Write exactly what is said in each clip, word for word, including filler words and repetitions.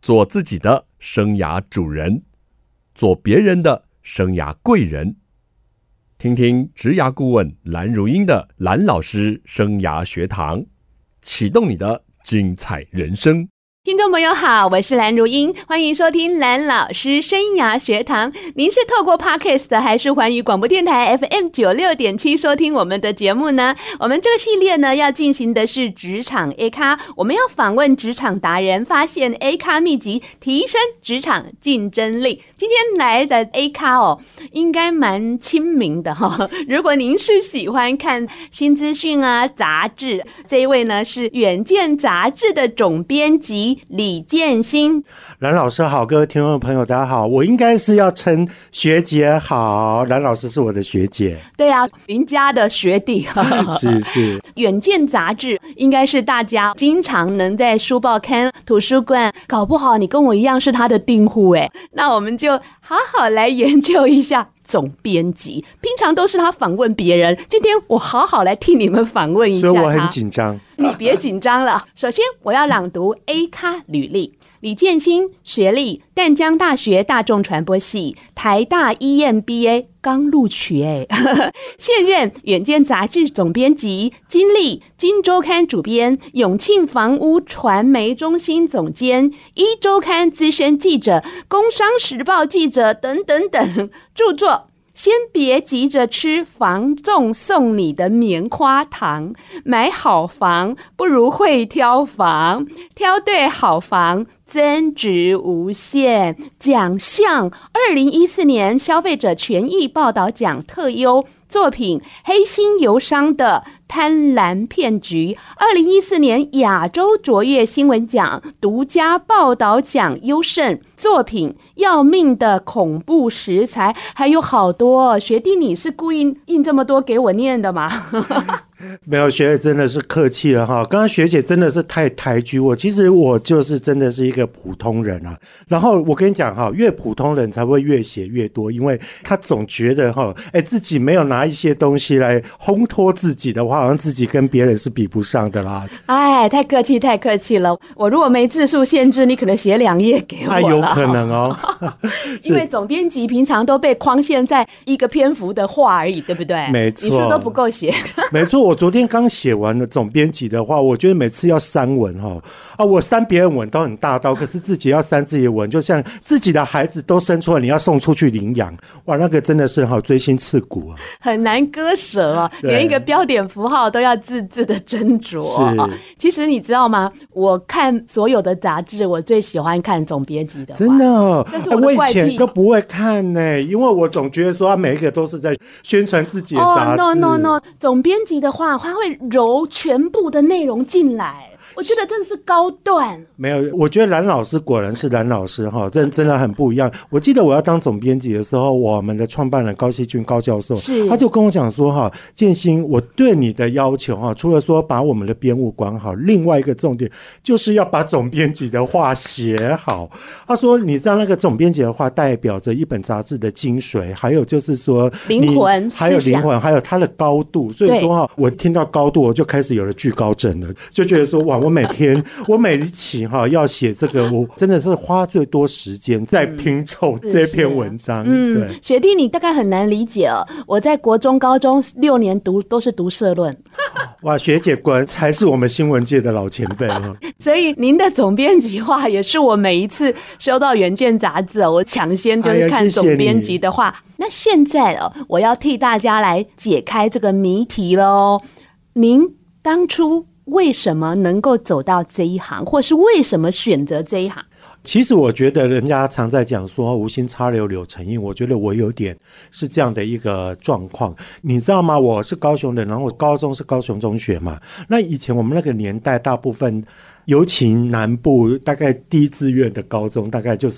做自己的生涯主人，做别人的生涯贵人。听听职涯顾问蓝如英的蓝老师生涯学堂，启动你的精彩人生。 听众朋友好，我是蓝如英，欢迎收听蓝老师生涯学堂。您是透过 Podcast 还是环宇广播电台 F M 九十六点七 收听我们的节目呢？我们这个系列呢要进行的是职场 A 咖，我们要访问职场达人，发现 A 咖秘籍，提升职场竞争力。今天来的 A 咖哦，应该蛮亲民的哈、哦。如果您是喜欢看新资讯啊杂志，这一位呢是远见杂志的总编辑李建新。 蓝老师好，各位听众朋友大家好，我应该是要称学姐好，蓝老师是我的学姐。 对啊，邻家的学弟是是。 远见杂志应该是大家经常能在书报刊、图书馆，搞不好你跟我一样是他的订户哎，那我们就好好来研究一下总编辑，平常都是他访问别人，今天我好好来替你们访问一下他， 所以我很紧张。 你别紧张了。首先我要朗读 A 咖履历。李建新，学历淡江大学大众传播系，台大 E M B A 刚录取哎，现任远见杂志总编辑，经历金周刊主编，永庆房屋传媒中心总监，一周刊资深记者，工商时报记者等等等，著作先别急着吃房仲送你的棉花糖，买好房不如会挑房，挑对好房增值无限。奖项二零一四年消费者权益报道奖特优作品，黑心邮商的贪婪骗局，二零一四年亚洲卓越新闻奖独家报道奖优胜作品，要命的恐怖食材，还有好多。学弟你是故意印这么多给我念的吗？ 没有，学姐真的是客气了哈。刚刚学姐真的是太抬举我，其实我就是真的是一个普通人啊。然后我跟你讲哈，越普通人才会越写越多，因为他总觉得哈，哎，自己没有拿一些东西来烘托自己的话，好像自己跟别人是比不上的啦。 哎，太客气太客气了。我如果没字数限制，你可能写两页给我了。 哎，有可能哦。 因为总编辑平常都被框限在一个篇幅的话而已，对不对？ 没错， 你是不是都不够写？ 没错。我昨天刚写完了总编辑的话，我觉得每次要删文哈啊，我删别人文都很大刀，可是自己要删自己的文，就像自己的孩子都生出来，你要送出去领养，哇，那个真的是好锥心刺骨啊， 很难割舍哦，连一个标点符号都要字字的斟酌。是，其实你知道吗？我看所有的杂志，我最喜欢看总编辑的话， 真的哦， 这是我的怪癖。 我以前都不会看呢，因为我总觉得说他每一个都是在宣传自己的杂志。 哦、no no no， 总编辑的话，他会揉全部的内容进来。我觉得真的是高段。 没有，我觉得蓝老师果然是蓝老师哈，真真的很不一样。我记得我要当总编辑的时候，我们的创办人高希俊高教授，他就跟我讲说哈，建新，我对你的要求哈，除了说把我们的编务管好，另外一个重点就是要把总编辑的话写好。他说，你知道那个总编辑的话代表着一本杂志的精髓，还有就是说灵魂， 还有灵魂，还有它的高度。所以说哈，我听到高度，我就开始有了惧高症了，就觉得说哇，我每天我每一期哈要写这个，我真的是花最多时间在拼凑这篇文章。 嗯，对，学弟你大概很难理解哦。我在国中、高中六年读都是读社论。 哇，学姐果然才是我们新闻界的老前辈哦。 所以您的总编辑话也是我每一次收到远见杂志，我抢先就是看总编辑的话。哎、谢谢那现在哦，我要替大家来解开这个谜题了哦。您当初为什么能够走到这一行，或是为什么选择这一行？ 其实我觉得人家常在讲说无心插柳柳成荫，我觉得我有点是这样的一个状况。你知道吗？我是高雄人，然后我高中是高雄中学嘛。那以前我们那个年代，大部分尤其南部大概第一志愿的高中大概就是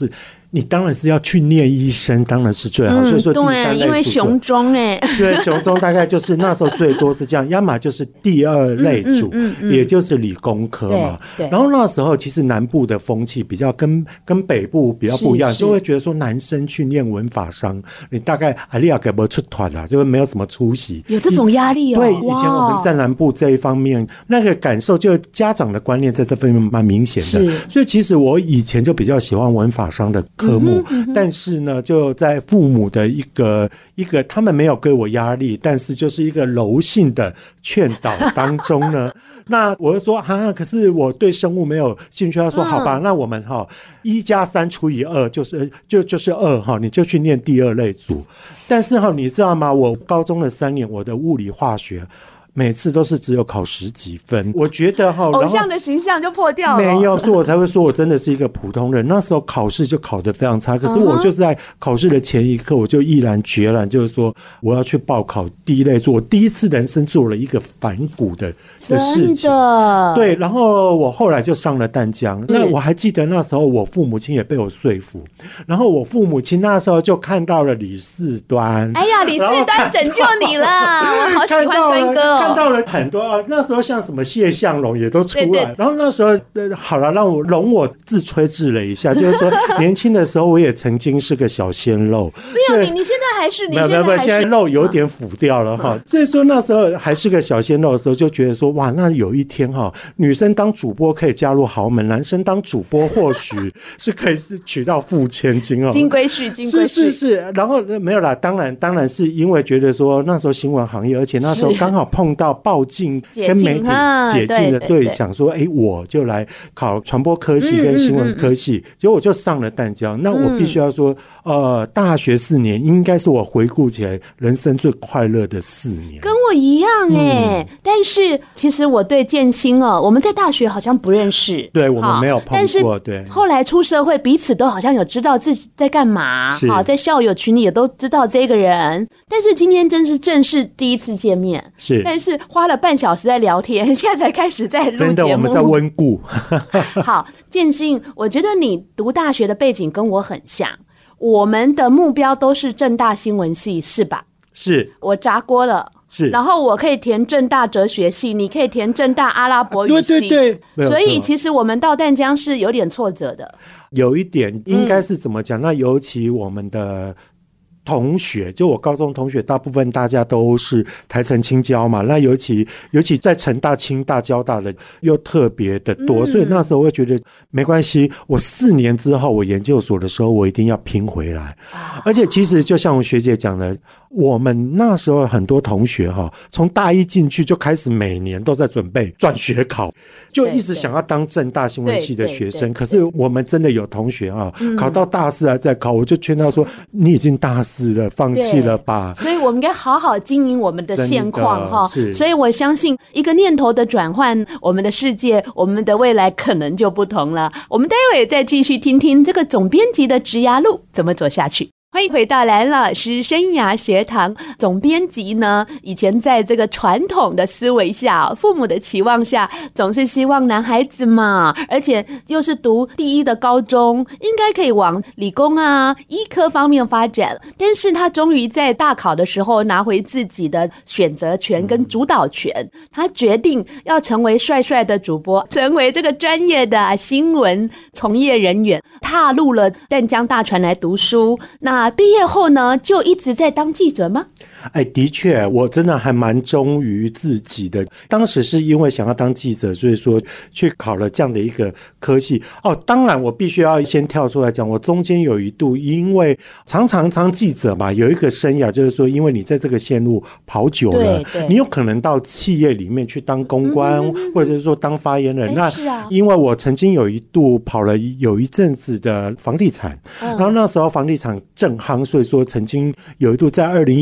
你当然是要去念医生，当然是最好。嗯、所以说第三类组， 因为雄中哎， 对，雄中大概就是那时候最多是这样，要么就是第二类组，嗯嗯嗯嗯、也就是理工科嘛。然后那时候其实南部的风气比较跟跟北部比较不一样，就会觉得说男生去念文法商，你大概啊你也给不出团啊，就没有什么出息， 有这种压力哦。 对，以前我们在南部这一方面那个感受，就家长的观念在这方面蛮明显的。所以其实我以前就比较喜欢文法商的科目，嗯嗯、但是呢，就在父母的一个一个他们没有给我压力，但是就是一个柔性的劝导当中呢，那我就说啊，可是我对生物没有兴趣。他说好吧，嗯、那我们哈一加三除以二就是就就是二哈，你就去念第二类组。但是哈，你知道吗？我高中的三年，我的物理化学。每次都是只有考十几分，我觉得哈， 偶像的形象就破掉了。 没有，所以我才会说我真的是一个普通人。那时候考试就考得非常差，可是我就是在考试的前一刻，我就毅然决然就是说我要去报考第一类组。我第一次人生做了一个反骨的的事情，对。然后我后来就上了淡江。那我还记得那时候我父母亲也被我说服，然后我父母亲那时候就看到了李四端。 哎呀，李四端拯救你了，我好喜欢端哥哦。 看到了很多啊，那时候像什么谢相龙也都出来，对对，然后那时候、呃、好了，让我容我自吹自擂一下，就是说年轻的时候我也曾经是个小鲜肉。 没有你，你现在还是，你现在还是，没有没有，现在肉有点腐掉了哈。所以说那时候还是个小鲜肉的时候，就觉得说哇，那有一天哈，女生当主播可以嫁入豪门，男生当主播或许是可以是娶到富千金哦。 金龟婿，金龟婿， 是是是。然后没有啦，当然当然是因为觉得说那时候新闻行业，而且那时候刚好碰到报禁跟媒体解禁的，所以想说，哎，我就来考传播科系跟新闻科系，结果我就上了淡江。那我必须要说，呃，大学四年应该是我回顾起来人生最快乐的四年。 跟我一样哎、嗯，但是其实我对建新哦，我们在大学好像不认识， 对我们没有碰过，对。 后来出社会，彼此都好像有知道自己在干嘛，好，在校友群里也都知道这个人。但是今天真是正式第一次见面， 是， 但是花了半小时在聊天，现在才开始在录节目。 真的，我们在温故。 好，建新，我觉得你读大学的背景跟我很像，我们的目标都是政大新闻系，是吧？ 是， 我砸锅了。 是， 然后我可以填政大哲学系，你可以填政大阿拉伯语系， 对对对， 所以其实我们到淡江是有点挫折的。 有一点应该是怎么讲？嗯、那尤其我们的同学，就我高中同学，大部分大家都是台成清交嘛，那尤其尤其在成大、清大、交大的又特别的多、嗯，所以那时候我觉得没关系，我四年之后我研究所的时候，我一定要拼回来。啊、而且其实就像我学姐讲的，我们那时候很多同学哈，从大一进去就开始每年都在准备转学考，就一直想要当政大新闻系的学生。可是我们真的有同学啊，考到大四还在考，我就劝他说：“你已经大四了，放弃了吧。” 所以我们应该好好经营我们的现况哈。所以我相信一个念头的转换，我们的世界，我们的未来可能就不同了。我们待会再继续听听这个总编辑的职涯路怎么走下去。欢迎回到蓝老师生涯学堂。总编辑呢，以前在这个传统的思维下，父母的期望下，总是希望男孩子嘛，而且又是读第一的高中，应该可以往理工啊、医科方面发展。但是他终于在大考的时候拿回自己的选择权跟主导权，他决定要成为帅帅的主播，成为这个专业的新闻从业人员，踏入了淡江大传来读书。那毕业后呢，就一直在当记者吗？ 哎，的确，我真的还蛮忠于自己的。当时是因为想要当记者，所以说去考了这样的一个科系。哦，当然我必须要先跳出来讲，我中间有一度因为常常当记者嘛，有一个生涯就是说，因为你在这个线路跑久了，你有可能到企业里面去当公关，嗯嗯嗯或者是说当发言人。那因为我曾经有一度跑了有一阵子的房地产，嗯、然后那时候房地产正夯，所以说曾经有一度在二零一零年。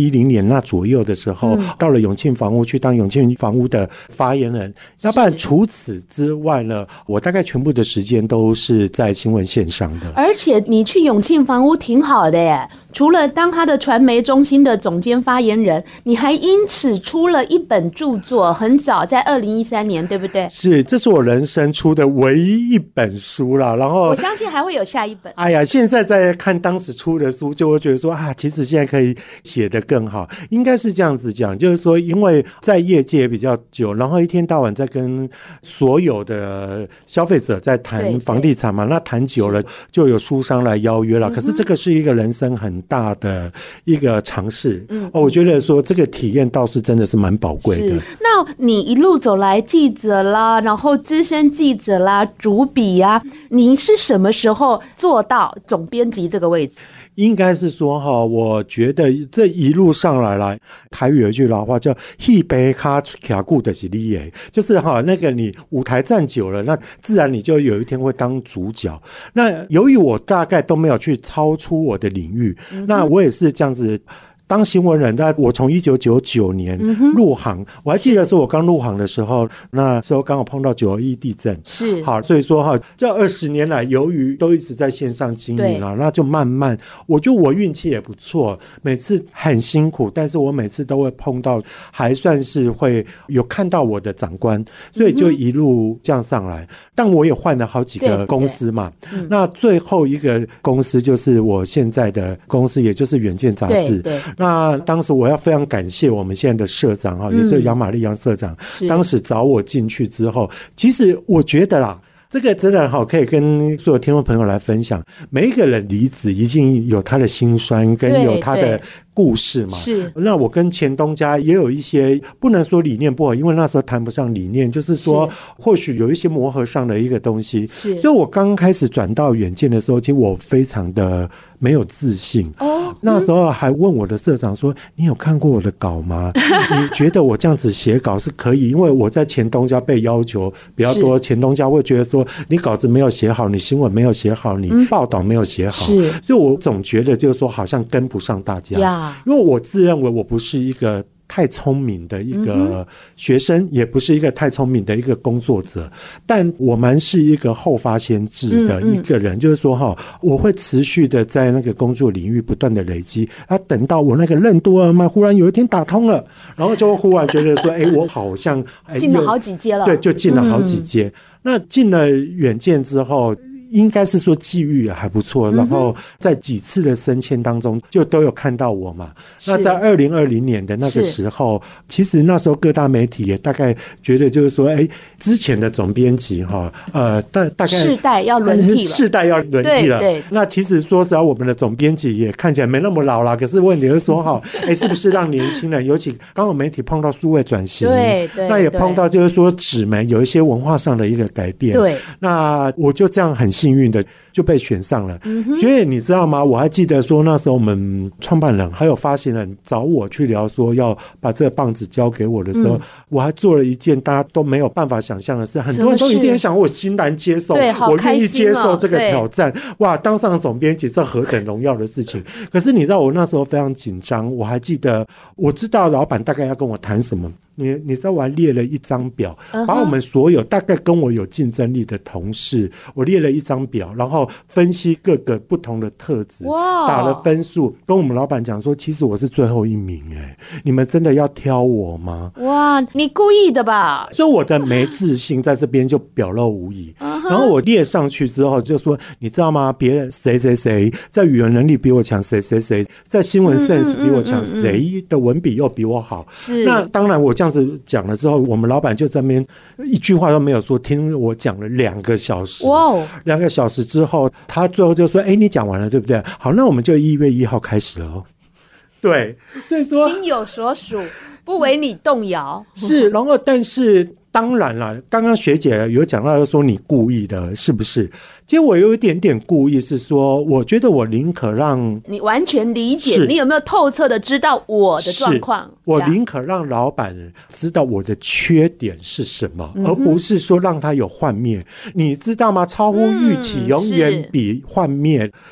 那左右的时候、嗯、到了永庆房屋去当永庆房屋的发言人，要不然除此之外呢，我大概全部的时间都是在新闻线上的。 而且你去永庆房屋挺好的耶，除了当他的传媒中心的总监发言人，你还因此出了一本著作，很早在二零一三年，对不对？ 是，这是我人生出的唯一一本书啦。然后我相信还会有下一本。 哎呀，现在在看当时出的书，就会觉得说啊，其实现在可以写得更好。应该是这样子讲，就是说，因为在业界比较久，然后一天到晚在跟所有的消费者在谈房地产嘛，那谈久了就有书商来邀约了。可是这个是一个人生很大的一个尝试、嗯哦、我觉得说这个体验倒是真的是蛮宝贵的。 那你一路走来，记者啦，然后资深记者啦，主笔啊，你是什么时候做到总编辑这个位置？ 应该是说哈，我觉得这一路上来了，台语有一句老话叫“一杯咖卡固的是你耶”，就是哈那个你舞台站久了，那自然你就有一天会当主角。那由于我大概都没有去超出我的领域，嗯、那我也是这样子。当新闻人，但我从一九九九年入行、嗯，我还记得说我刚入行的时候，那时候刚好碰到九二一地震， 是好，所以说哈，这二十年来，由于都一直在线上经营了，那就慢慢，我觉得我运气也不错，每次很辛苦，但是我每次都会碰到，还算是会有看到我的长官，所以就一路这样上来。嗯、但我也换了好几个公司嘛，嗯、那最后一个公司就是我现在的公司，也就是远见杂志。对对，那当时我要非常感谢我们现在的社长、嗯、也是杨玛丽杨社长，当时找我进去之后，其实我觉得啦，这个真的好，可以跟所有听众朋友来分享。每一个人离职一定有他的辛酸，跟有他的故事嘛。是。那我跟前东家也有一些不能说理念不好，因为那时候谈不上理念，就是说或许有一些磨合上的一个东西。是。所以我刚开始转到远见的时候，其实我非常的没有自信。哦。那时候还问我的社长说：“你有看过我的稿吗？你觉得我这样子写稿是可以？”因为我在前东家被要求比较多，前东家会觉得说你稿子没有写好，你新闻没有写好，你报道没有写好，嗯、所以我总觉得就是说好像跟不上大家。Yeah. 因为我自认为我不是一个太聪明的一个学生、嗯、也不是一个太聪明的一个工作者，但我们是一个后发先至的一个人、嗯嗯、就是说哈，我会持续的在那个工作领域不断的累积，啊，等到我那个任督二脉忽然有一天打通了，然后就忽然觉得说哎、欸，我好像、欸、 进了好几阶了， 对，就进了好几阶、嗯、那进了远见之后应该是说际遇也还不错，然后在几次的升迁当中就都有看到我嘛。那在二零二零年的那个时候，其实那时候各大媒体也大概觉得就是说，哎，之前的总编辑哈，呃，大大概世代要轮替了， 世代要轮替了。对对，那其实说实话，我们的总编辑也看起来没那么老啦。可是问题是说哈，哎，是不是让年轻人，尤其刚好媒体碰到数位转型，对对，那也碰到就是说纸媒有一些文化上的一个改变。对，那我就这样很幸运的就被选上了、嗯、所以你知道吗，我还记得说那时候我们创办人还有发行人找我去聊说要把这个棒子交给我的时候、嗯、我还做了一件大家都没有办法想象的事，很多人都一定想我欣然接受，我愿意接受这个挑战，哇，当上总编辑这何等荣耀的事情可是你知道我那时候非常紧张，我还记得我知道老板大概要跟我谈什么，你你知道我还列了一张表、uh-huh. 把我们所有大概跟我有竞争力的同事我列了一张表，然后分析各个不同的特质、wow. 打了分数，跟我们老板讲说其实我是最后一名，哎，你们真的要挑我吗？ 哇，你故意的吧？ 所以我的没自信在这边就表露无遗、uh-huh. 然后我列上去之后就说你知道吗，别人谁谁谁在语言能力比我强，谁谁谁在新闻 sense 比我强，谁、嗯嗯嗯、的文笔又比我好，是，那当然我这样这样子讲了之后，我们老板就在那边一句话都没有说，听我讲了两个小时。哇！两个小时之后，他最后就说：“哎，你讲完了，对不对？好，那我们就一月一号开始了。”对，所以说心有所属，不为你动摇。 是，然后但是。当然了，刚刚学姐有讲到说你故意的，是不是？其实我有一点点故意，是说我觉得我宁可让你完全理解，你有没有透彻的知道我的状况？ 我宁可让老板知道我的缺点是什么、嗯、而不是说让他有幻灭。你知道吗？超乎预期永远比幻灭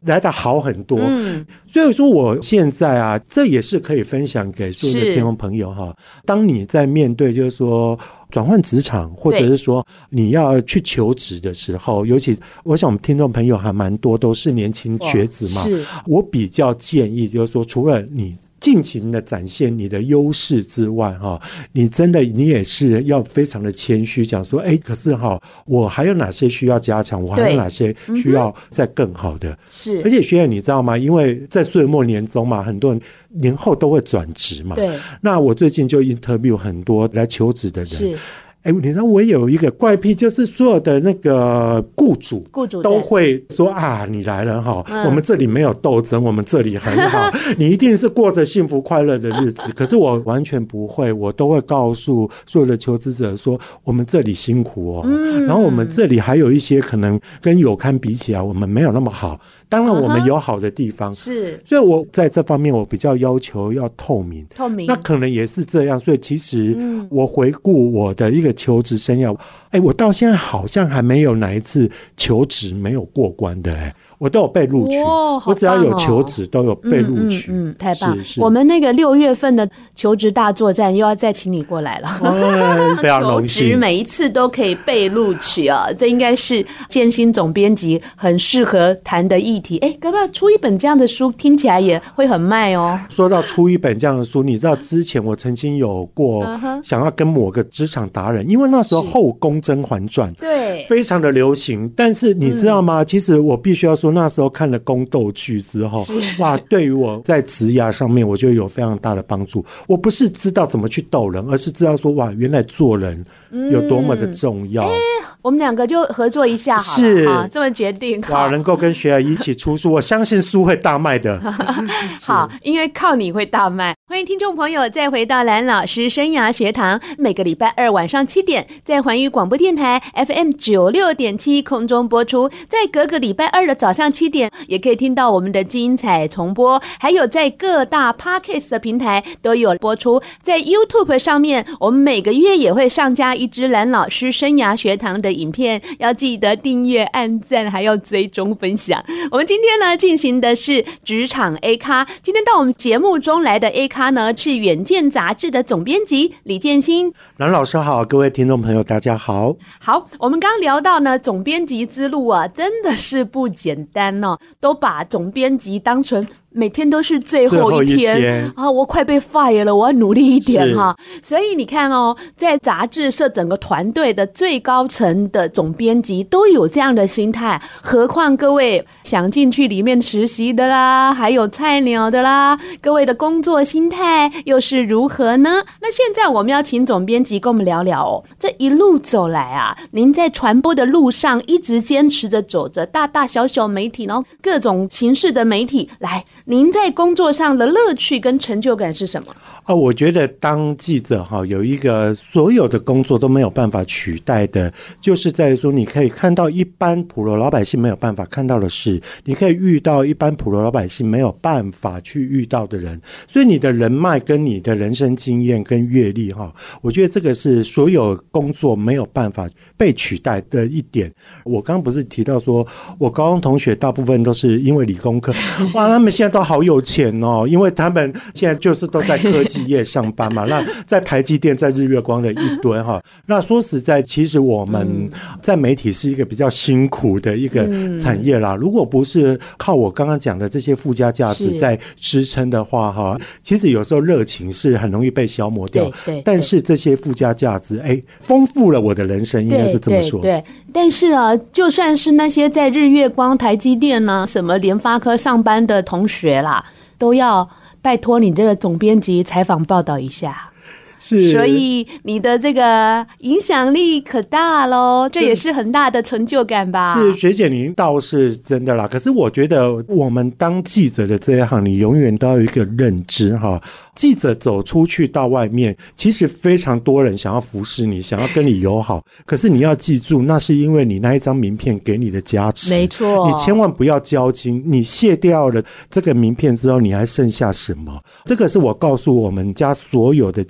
来得好很多。嗯，所以说我现在啊，这也是可以分享给所有的听众朋友哈。当你在面对就是说转换职场，或者是说你要去求职的时候，尤其我想我们听众朋友还蛮多都是年轻学子嘛，是我比较建议就是说，除了你尽情的展现你的优势之外哈，你真的你也是要非常的谦虚，讲说哎，可是哈，我还有哪些需要加强，我还有哪些需要再更好的。是，而且学姐你知道吗？因为在岁末年终嘛，很多人年后都会转职嘛。对。那我最近就 interview 很多来求职的人。是。哎，你知道我有一个怪癖，就是所有的那个雇主雇主都会说啊，你来了哈、嗯，我们这里没有斗争，我们这里很好，你一定是过着幸福快乐的日子。可是我完全不会，我都会告诉所有的求职者说，我们这里辛苦哦、嗯，然后我们这里还有一些可能跟友刊比起来，我们没有那么好。当然我们有好的地方、uh-huh, 是，所以我在这方面我比较要求要透明透明，那可能也是这样。所以其实我回顾我的一个求职生涯，哎、嗯，我到现在好像还没有哪一次求职没有过关的，哎，我都有被录取、哦、我只要有求职都有被录取。嗯, 嗯, 嗯太棒，我们那个六月份的求职大作战又要再请你过来了、哦、非常荣幸，求职每一次都可以被录取啊，这应该是建新总编辑很适合谈的议题。哎，要不要出一本这样的书？听起来也会很卖哦。说到出一本这样的书，你知道之前我曾经有过想要跟某个职场达人，因为那时候后宫甄嬛传对非常的流行，但是你知道吗、嗯、其实我必须要说那时候看了宫斗剧之后，哇，对于我在职涯上面我觉得有非常大的帮助。我不是知道怎么去斗人，而是知道说哇，原来做人有多么的重要、嗯欸、我们两个就合作一下好了，是啊，这么决定哇，能够跟学儿一起出书，我相信书会大卖的好，因为靠你会大卖。欢迎听众朋友再回到蓝老师生涯学堂，每个礼拜二晚上七点在环宇广播电台 F M 九十六点七 空中播出，在隔个礼拜二的早上七点也可以听到我们的精彩重播，还有在各大 Podcast 的平台都有播出。在 YouTube 上面我们每个月也会上架一支蓝老师生涯学堂的影片，要记得订阅按赞还要追踪分享。我们今天呢进行的是职场 A 咖，今天到我们节目中来的 A 咖呢是远见杂志的总编辑李建新。蓝老师好，各位听众朋友大家好。好，我们刚刚聊到呢总编辑之路啊真的是不简单哦，都把总编辑当成每天都是最后一 天, 最后一天啊！我快被 fire 了，我要努力一点哈。所以你看哦，在杂志社整个团队的最高层的总编辑都有这样的心态，何况各位想进去里面实习的啦，还有菜鸟的啦，各位的工作心态又是如何呢？那现在我们要请总编辑跟我们聊聊哦，这一路走来啊，您在传播的路上一直坚持着走着，大大小小媒体，然后各种形式的媒体来。您在工作上的乐趣跟成就感是什么？哦，我觉得当记者哈，有一个所有的工作都没有办法取代的，就是在于说你可以看到一般普罗老百姓没有办法看到的事，你可以遇到一般普罗老百姓没有办法去遇到的人，所以你的人脉跟你的人生经验跟阅历哈，我觉得这个是所有工作没有办法被取代的一点。我刚刚不是提到说我高中同学大部分都是因为理工科，哇，他们现在都好有钱哦，因为他们现在就是都在科技业上班嘛。那在台积电、在日月光的一堆哈。那说实在，其实我们在媒体是一个比较辛苦的一个产业啦。如果不是靠我刚刚讲的这些附加价值在支撑的话哈，其实有时候热情是很容易被消磨掉。对对对，但是这些附加价值，哎，丰富了我的人生，应该是这么说。对对对，但是啊，就算是那些在日月光、台积电呢、啊、什么联发科上班的同学啦，都要拜托你这个总编辑采访报道一下。是，所以你的这个影响力可大咯，这也是很大的成就感吧。是，学姐您倒是真的啦。可是我觉得我们当记者的这一行，你永远都要有一个认知哈。记者走出去到外面，其实非常多人想要服侍你，想要跟你友好，可是你要记住，那是因为你那一张名片给你的加持。没错，你千万不要交金，你卸掉了这个名片之后，你还剩下什么？这个是我告诉我们家所有的记者，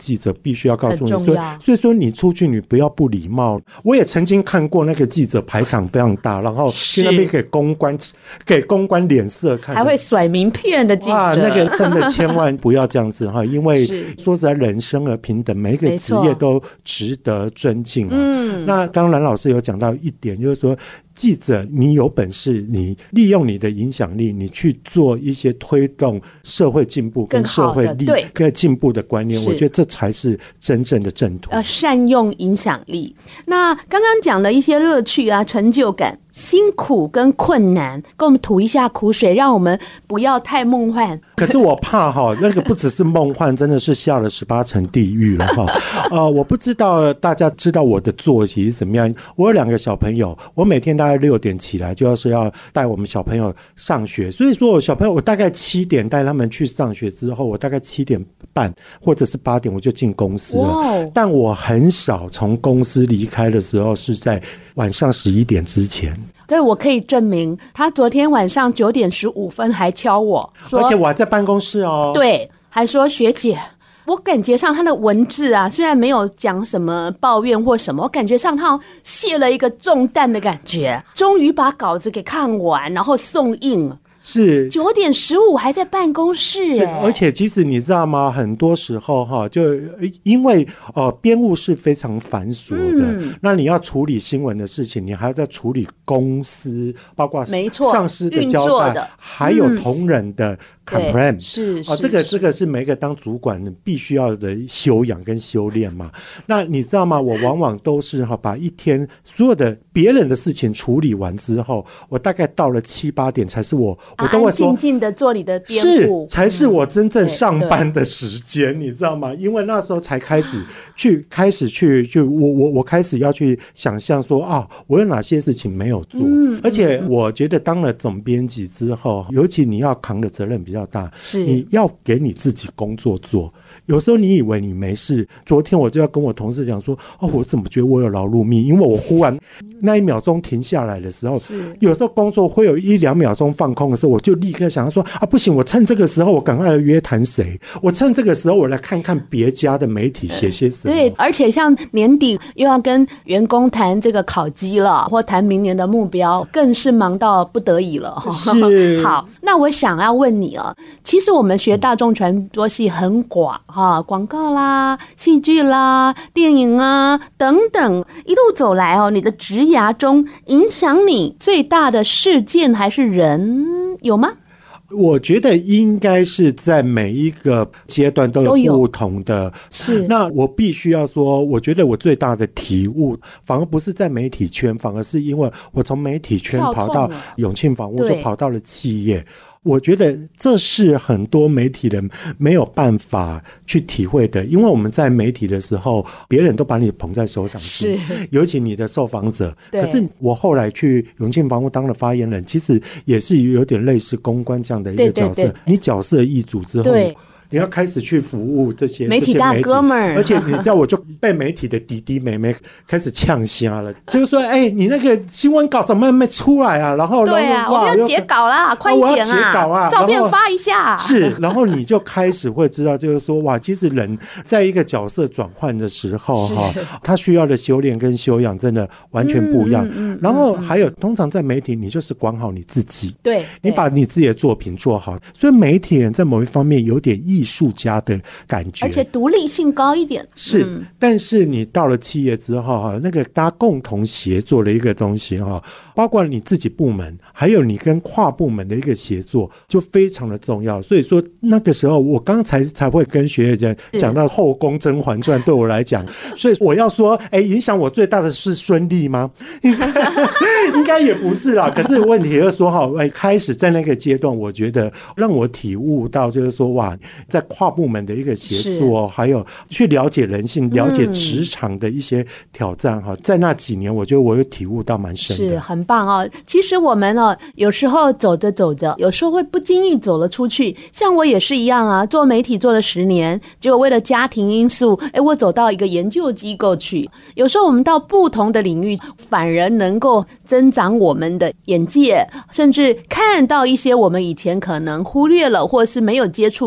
必须要告诉你，所以所以说你出去你不要不礼貌。我也曾经看过那个记者排场非常大，然后去那边给公关给公关脸色看， 还会甩名片的记者。 哇，那个真的千万不要这样子哈，因为说实在，人生而平等，每一个职业都值得尊敬啊。嗯，那刚刚蓝老师有讲到一点，就是说记者你有本事，你利用你的影响力，你去做一些推动社会进步跟社会力跟进步的观念，我觉得这才是真正的正途。 要善用影响力。那刚刚讲了一些乐趣啊、成就感、辛苦跟困难，给我们吐一下苦水，让我们不要太梦幻。 可是我怕哈，那个不只是梦幻，真的是下了十八层地狱了哈。呃，我不知道大家知道我的作息是怎么样。我有两个小朋友，我每天大概六点起来，就是要带我们小朋友上学。所以说我小朋友，我大概七点带他们去上学之后，我大概七点半或者是八点我就进公司了。Wow. 但我很少从公司离开的时候是在晚上十一点之前。 这我可以证明，他昨天晚上九点十五分还敲我说， 而且我还在办公室哦。 对，还说学姐，我感觉上他的文字啊，虽然没有讲什么抱怨或什么，我感觉上他卸了一个重担的感觉，终于把稿子给看完，然后送印。 是九点十五还在办公室， 是，而且其实你知道吗？很多时候哈，就因为呃编务是非常繁琐的、嗯，那你要处理新闻的事情，你还要在处理公司，包括上司的交代，还有同仁的 complaint，、嗯、 是是、 哦、这个这个是每个当主管必须要的修养跟修炼嘛。那你知道吗？我往往都是哈把一天所有的别人的事情处理完之后，我大概到了七八点才是我。我都会说， 安安静静的做你的编务， 是才是我真正上班的时间、嗯，你知道吗？因为那时候才开始去，开始去，就我我我开始要去想象说啊，我有哪些事情没有做、嗯，而且我觉得当了总编辑之后，尤其你要扛的责任比较大， 是你要给你自己工作做。有时候你以为你没事，昨天我就要跟我同事讲说，哦，我怎么觉得我有劳碌命？因为我忽然那一秒钟停下来的时候，有时候工作会有一两秒钟放空的时候，我就立刻想要说啊，不行，我趁这个时候我赶快来约谈谁？我趁这个时候我来看看别家的媒体写些什么。 对，而且像年底又要跟员工谈这个考绩了，或谈明年的目标，更是忙到不得已了。 是。 好，那我想要问你啊，其实我们学大众传播系很广哈，广告啦、戏剧啦、电影啊等等，一路走来哦，你的职涯中影响你最大的事件还是人有吗？ 我觉得应该是在每一个阶段都有不同的。 是， 那我必须要说，我觉得我最大的体悟，反而不是在媒体圈，反而是因为我从媒体圈跑到永庆房屋，就跑到了企业。我觉得这是很多媒体人没有办法去体会的，因为我们在媒体的时候，别人都把你捧在手掌心，尤其你的受访者。可是我后来去永庆房屋当了发言人，其实也是有点类似公关这样的一个角色。对对对，你角色易主之后，你要开始去服务这些媒体大哥们儿， 而且你知道，我就被媒体的弟弟妹妹开始呛瞎了，就是说，哎、欸，你那个新闻稿怎么没出来啊？然后， 对啊，我们要截稿啦，快一点啊！ 我要截稿啊， 照片发一下。 是，然后你就开始会知道，就是说，哇，其实人在一个角色转换的时候，哈，他需要的修炼跟修养真的完全不一样。嗯嗯嗯、然后还有，通常在媒体，你就是管好你自己， 对， 你把你自己的作品做好。所以媒体人在某一方面有点艺术家的感觉， 而且独立性高一点。 是、嗯，但是你到了企业之后，那个大家共同协作的一个东西，包括你自己部门，还有你跟跨部门的一个协作，就非常的重要。所以说那个时候，我刚才才会跟学姐讲讲到后宫甄嬛传，对我来讲，所以我要说，哎、欸，影响我最大的是孙俪吗？应该也不是啦。可是问题就是说，哈，哎，开始在那个阶段，我觉得让我体悟到，就是说，哇，在跨部门的一个协作，还有去了解人性、了解职场的一些挑战，哈、嗯，在那几年，我觉得我有体悟到蛮深的， 是很棒哦。其实我们哦，有时候走着走着，有时候会不经意走了出去。像我也是一样啊，做媒体做了十年，结果为了家庭因素，哎，我走到一个研究机构去。有时候我们到不同的领域，反而能够增长我们的眼界，甚至看到一些我们以前可能忽略了或是没有接触的领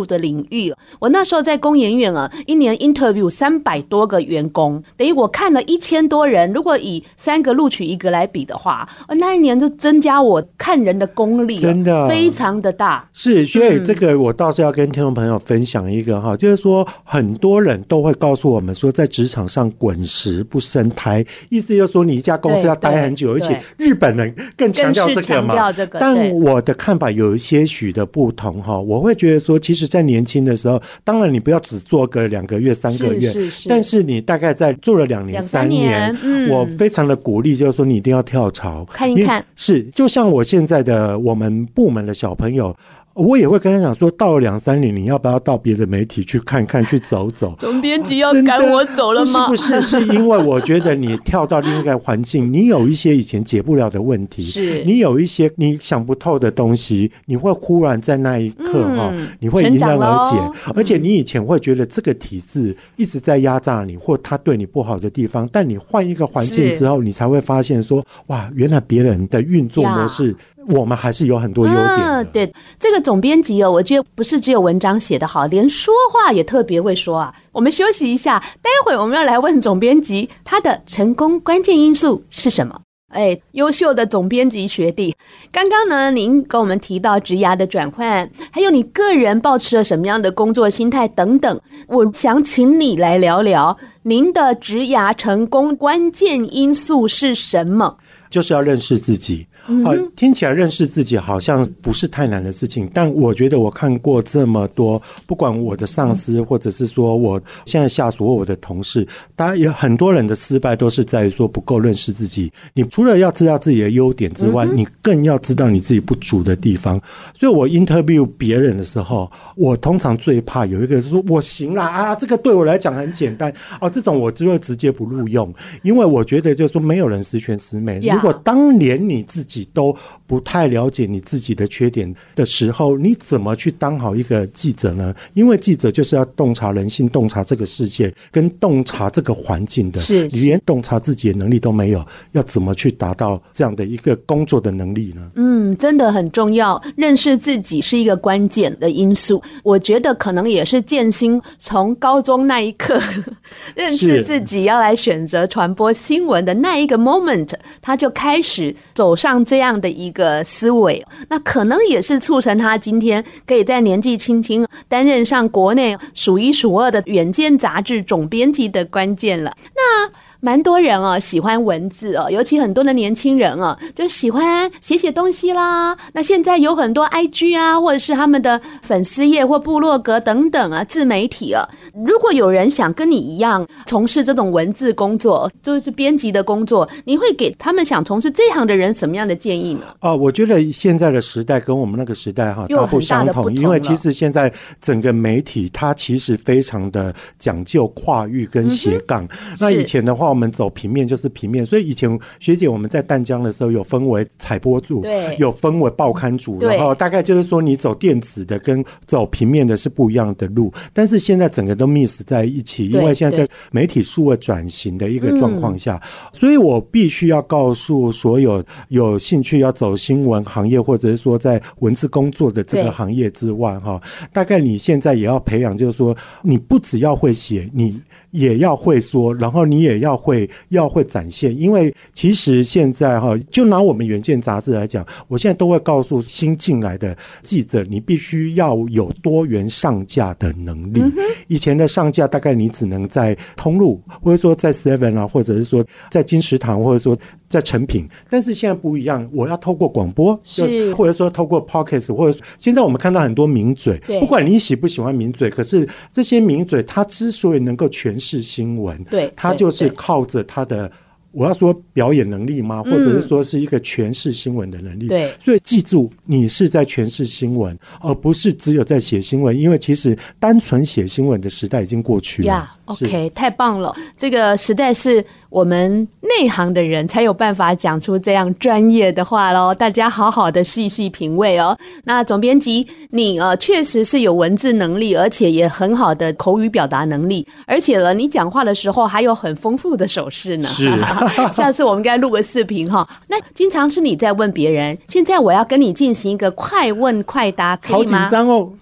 域。我那时候在工研院啊，一年 interview 三百多个员工，等于我看了一千多人。如果以三个录取一个来比的话，那一年就增加我看人的功力， 真的非常的大。 是，所以这个我倒是要跟听众朋友分享一个哈，就是说很多人都会告诉我们说，在职场上滚石不生苔，意思就是说你一家公司要待很久，而且日本人更强调这个嘛。 这个但我的看法有一些许的不同哈，我会觉得说，其实在年轻的时候，当然你不要只做个两个月、三个月， 是是是， 但是你大概在做了两年、三年，嗯，我非常的鼓励，就是说你一定要跳槽， 看一看。 是，就像我现在的我们部门的小朋友。我也会跟他讲说，到了两三年，你要不要到别的媒体去看看、去走走？ 总编辑要赶我走了吗？ 不是不是，是因为我觉得你跳到另一个环境，你有一些以前解不了的问题， 是你有一些你想不透的东西，你会忽然在那一刻哈、嗯，你会迎刃而解。而且你以前会觉得这个体制一直在压榨你，或他对你不好的地方，但你换一个环境之后，你才会发现说，哇，原来别人的运作模式。我们还是有很多优点的、啊、 对，这个总编辑哦，我觉得不是只有文章写得好，连说话也特别会说啊。我们休息一下，待会我们要来问总编辑，他的成功关键因素是什么？哎，优秀的总编辑学弟，刚刚呢，您跟我们提到职涯的转换，还有你个人抱持了什么样的工作心态等等，我想请你来聊聊您的职涯成功关键因素是什么？ 就是要认识自己。啊，听起来认识自己好像不是太难的事情，但我觉得我看过这么多，不管我的上司或者是说我现在下属或我的同事，大家有很多人的失败都是在于说不够认识自己。你除了要知道自己的优点之外，你更要知道你自己不足的地方。所以我 interview 别人的时候，我通常最怕有一个是说我行啦啊，这个对我来讲很简单哦，这种我就会直接不录用，因为我觉得就是说没有人十全十美。如果当连你自己都不太了解你自己的缺点的时候，你怎么去当好一个记者呢？因为记者就是要洞察人心，洞察这个世界跟洞察这个环境的， 是你连洞察自己的能力都没有，要怎么去达到这样的一个工作的能力呢？ 嗯，真的很重要，认识自己是一个关键的因素。我觉得可能也是建新从高中那一刻认识自己要来选择传播新闻的那一个 moment， 他就开始走上这样的一个思维，那可能也是促成他今天可以在年纪轻轻担任上国内数一数二的远见杂志总编辑的关键了。那蛮多人哦喜欢文字哦，尤其很多的年轻人哦就喜欢写写东西啦。那现在有很多 I G 啊，或者是他们的粉丝页或部落格等等啊，自媒体啊。如果有人想跟你一样从事这种文字工作，就是编辑的工作，你会给他们想从事这行的人什么样的建议呢？ 哦，我觉得现在的时代跟我们那个时代哈大不相同，因为其实现在整个媒体它其实非常的讲究跨域跟斜杠、嗯、那以前的话我们走平面就是平面，所以以前学姐我们在淡江的时候有分为采播组， 对， 有分为报刊组，然后大概就是说你走电子的跟走平面的是不一样的路，但是现在整个都 mix 在一起，因为现在在媒体数位转型的一个状况下、嗯、所以我必须要告诉所有有兴趣要走新闻行业或者是说在文字工作的这个行业之外哈，大概你现在也要培养，就是说你不只要会写，你也要会说，然后你也要会要会展现。因为其实现在哈，就拿我们远见杂志来讲，我现在都会告诉新进来的记者，你必须要有多元上架的能力、嗯、以前的上架大概你只能在通路，或者说在 seven 啊，或者是说在金石堂，或者说在成品，但是现在不一样，我要透过广播， 是或者说透过 podcast， 或者现在我们看到很多名嘴，不管你喜不喜欢名嘴，可是这些名嘴他之所以能够诠释新闻， 对， 他就是靠着他的，我要说表演能力吗？或者是说是一个诠释新闻的能力、嗯、对，所以记住你是在诠释新闻，而不是只有在写新闻，因为其实单纯写新闻的时代已经过去了、yeah, OK， 太棒了，这个时代是我们内行的人才有办法讲出这样专业的话咯，大家好好的细细品味哦。那总编辑你呃确实是有文字能力，而且也很好的口语表达能力，而且呢你讲话的时候还有很丰富的手势呢， 是下次我们该录个视频哈。那经常是你在问别人，现在我要跟你进行一个快问快答，可以吗？ 好紧张哦。 哎，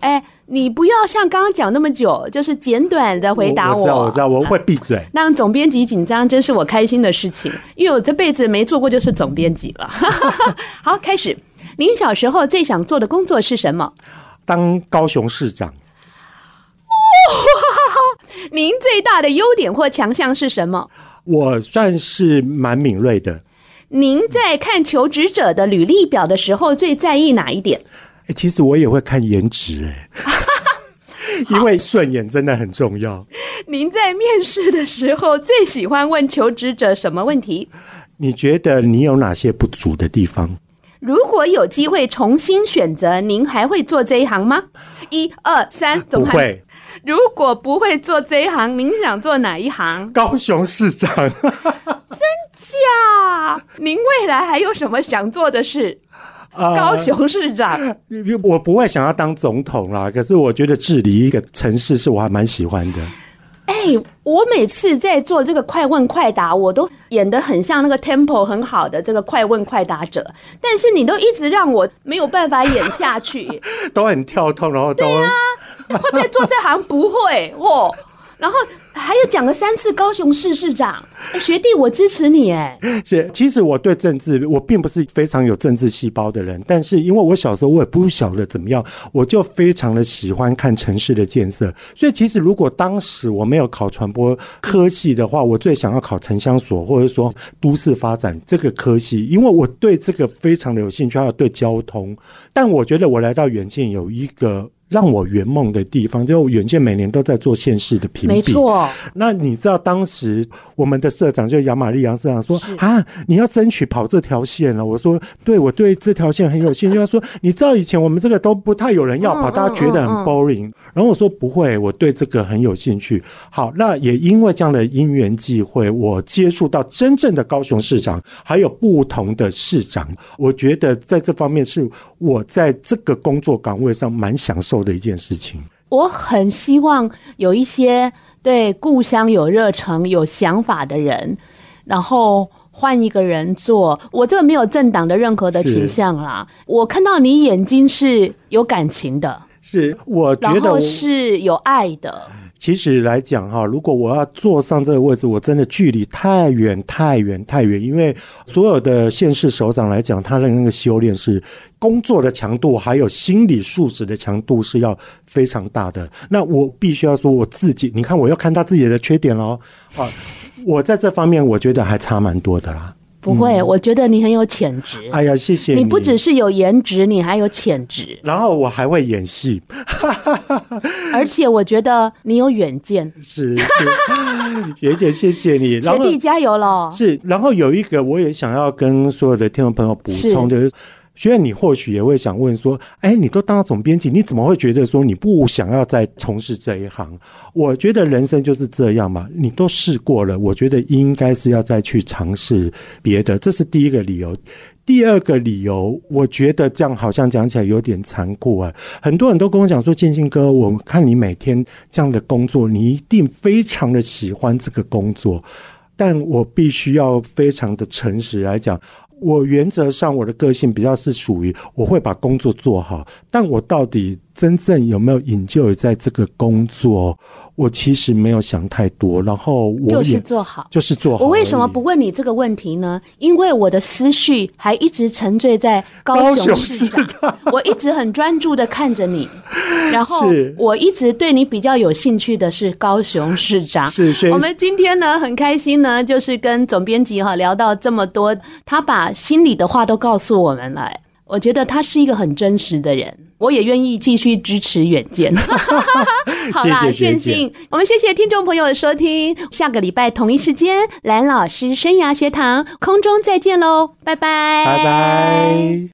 你不要像刚刚讲那么久，就是简短的回答我。 我知道，我知道，我会闭嘴。 让总编辑紧张，真是我开心的事情，因为我这辈子没做过就是总编辑了。好，开始。您小时候最想做的工作是什么？ 当高雄市长。 您最大的优点或强项是什么？ 我算是蛮敏锐的。 您在看求职者的履历表的时候，最在意哪一点？ 欸、其实我也会看颜值、欸，因为顺眼真的很重要。 您在面试的时候最喜欢问求职者什么问题？ 你觉得你有哪些不足的地方？ 如果有机会重新选择，您还会做这一行吗？一二三， 不会。 如果不会做这一行，您想做哪一行？ 高雄市长。 真假？您未来还有什么想做的事？呃、高雄市长。 我不会想要当总统啦，可是我觉得治理一个城市是我还蛮喜欢的。 哎、欸，我每次在做这个快问快答，我都演得很像那个 tempo 很好的这个快问快答者，但是你都一直让我没有办法演下去。 都很跳痛，然后都对啊，会不会做这行？不会哦。然后还有讲了三次高雄市市长，欸、学弟我支持你哎。 是，其实我对政治我并不是非常有政治细胞的人，但是因为我小时候我也不晓得怎么样，我就非常的喜欢看城市的建设，所以其实如果当时我没有考传播科系的话，我最想要考城乡所或者说都市发展这个科系，因为我对这个非常的有兴趣，还有对交通。但我觉得我来到远见有一个让我圆梦的地方，就远见每年都在做县市的评比。 没错。 那你知道当时我们的社长就杨玛丽杨社长说啊，你要争取跑这条线了。我说对，我对这条线很有兴趣。他说你知道以前我们这个都不太有人要跑，嗯、大家觉得很 boring、嗯嗯嗯。然后我说不会，我对这个很有兴趣。好，那也因为这样的因缘际会，我接触到真正的高雄市长，还有不同的市长。我觉得在这方面是我在这个工作岗位上蛮享受的一件事情。 我很希望有一些对故乡有热忱有想法的人，然后换一个人做。我这个没有政党的任何的倾向啦，我看到你眼睛是有感情的， 是我觉得然后是有爱的。 其实来讲哈，如果我要坐上这个位置，我真的距离太远太远太远，因为所有的县市首长来讲，他的那个修炼是工作的强度还有心理素质的强度是要非常大的。那我必须要说我自己，你看我要看他自己的缺点咯啊，我在这方面我觉得还差蛮多的啦。 不会、嗯、我觉得你很有潜质。 哎呀，谢谢你。 你不只是有颜值，你还有潜质， 然后我还会演戏。 而且我觉得你有远见。 是，学姐谢谢你， 学弟加油了。 是，然后有一个我也想要跟所有的听众朋友补充的，学姐你或许也会想问说，哎，你都当了总编辑，你怎么会觉得说你不想要再从事这一行？我觉得人生就是这样嘛，你都试过了，我觉得应该是要再去尝试别的，这是第一个理由。第二个理由，我觉得这样好像讲起来有点残酷啊。很多人都跟我讲说，建新哥，我看你每天这样的工作，你一定非常的喜欢这个工作。但我必须要非常的诚实来讲，我原则上我的个性比较是属于我会把工作做好，但我到底真正有没有enjoy在这个工作，我其实没有想太多，然后我也就是做好， 就是做好。 我为什么不问你这个问题呢？因为我的思绪还一直沉醉在高雄市长，市长我一直很专注的看着你，然后我一直对你比较有兴趣的是高雄市长。 是， 我们今天呢很开心呢，就是跟总编辑哈聊到这么多，他把心里的话都告诉我们了。我觉得他是一个很真实的人，我也愿意继续支持远见。好啦，建信，我们谢谢听众朋友的收听，下个礼拜同一时间，蓝老师生涯学堂空中再见喽，拜拜， 拜拜。